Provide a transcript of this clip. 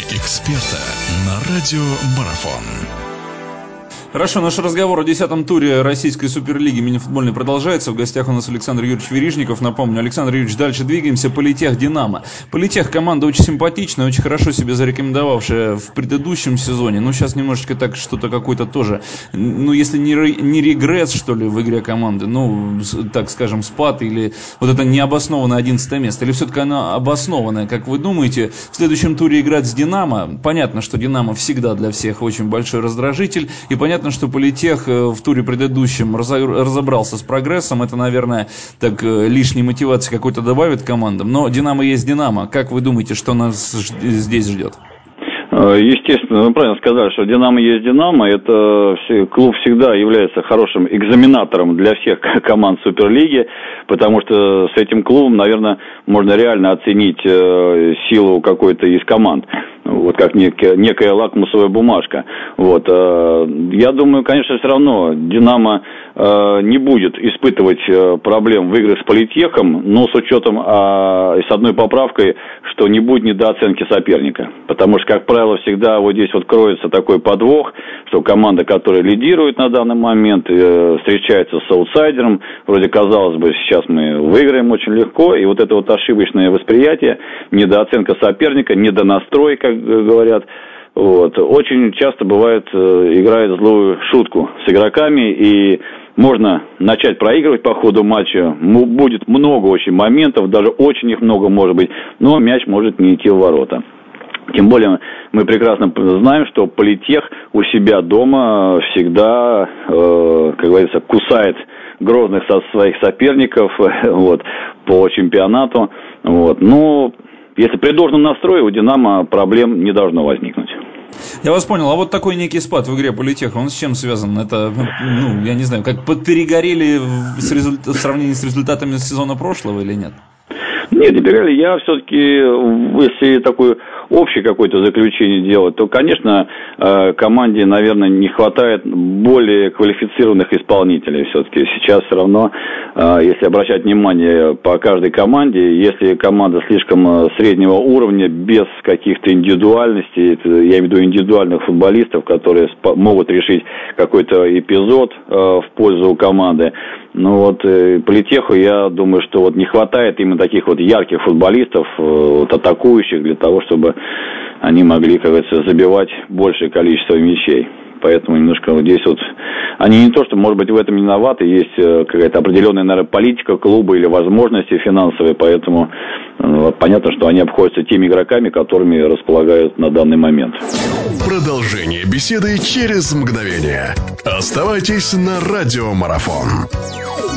эксперта на радио Марафон. Хорошо, наш разговор о 10-м туре российской суперлиги мини-футбольной продолжается. В гостях у нас Александр Юрьевич Верижников. Напомню, Александр Юрьевич, дальше двигаемся. Политех Динамо. Политех команда очень симпатичная, очень хорошо себя зарекомендовавшая в предыдущем сезоне. Ну, сейчас немножечко так что-то какой-то тоже, ну, если не регресс, что ли, в игре команды, ну, так скажем, спад или вот это необоснованное 11 место. Или все-таки оно обоснованное, как вы думаете? В следующем туре играть с Динамо. Понятно, что Динамо всегда для всех очень большой раздражитель. И понятно, что Политех в туре предыдущем разобрался с прогрессом. Это, наверное, так лишней мотивации какой-то добавит командам. Но Динамо есть Динамо. Как вы думаете, что нас здесь ждет? Естественно, вы правильно сказали, что Динамо есть Динамо. Это клуб всегда является хорошим экзаменатором для всех команд Суперлиги, потому что с этим клубом, наверное, можно реально оценить силу какой-то из команд. Вот как некая лакмусовая бумажка. Вот. Я думаю, конечно, все равно Динамо не будет испытывать проблем в играх с Политехом, но с учетом с одной поправкой, что не будет недооценки соперника. Потому что, как правило, всегда вот здесь вот кроется такой подвох, что команда, которая лидирует на данный момент, встречается с аутсайдером. Вроде, казалось бы, сейчас мы выиграем очень легко. И вот это вот ошибочное восприятие, недооценка соперника, недонастрой, как говорят, вот, очень часто бывает, играет злую шутку с игроками, и можно начать проигрывать по ходу матча, будет много очень моментов, даже очень их много может быть, но мяч может не идти в ворота. Тем более мы прекрасно знаем, что Политех у себя дома всегда, как говорится, кусает грозных своих соперников вот, по чемпионату. Вот. Но если при должном настрое, у «Динамо» проблем не должно возникнуть. Я вас понял. А вот такой некий спад в игре Политеха, он с чем связан? Это, ну, я не знаю, как перегорели в сравнении с результатами сезона прошлого или нет? Нет, не перегорели. Я все-таки, если такое общее какое-то заключение делать, то, конечно, команде, наверное, не хватает более квалифицированных исполнителей. Все-таки сейчас все равно, если обращать внимание по каждой команде, если команда слишком среднего уровня, без каких-то индивидуальностей, я имею в виду индивидуальных футболистов, которые могут решить какой-то эпизод в пользу команды, ну вот Политеху, я думаю, что вот не хватает именно таких вот ярких футболистов, вот, атакующих, для того, чтобы они могли, как говорится, забивать большее количество мячей. Поэтому немножко вот здесь вот они не то, что, может быть, в этом виноваты, есть какая-то определенная, наверное, политика клуба или возможности финансовые, поэтому понятно, что они обходятся теми игроками, которыми располагают на данный момент. Продолжение беседы через мгновение. Оставайтесь на радио Марафон.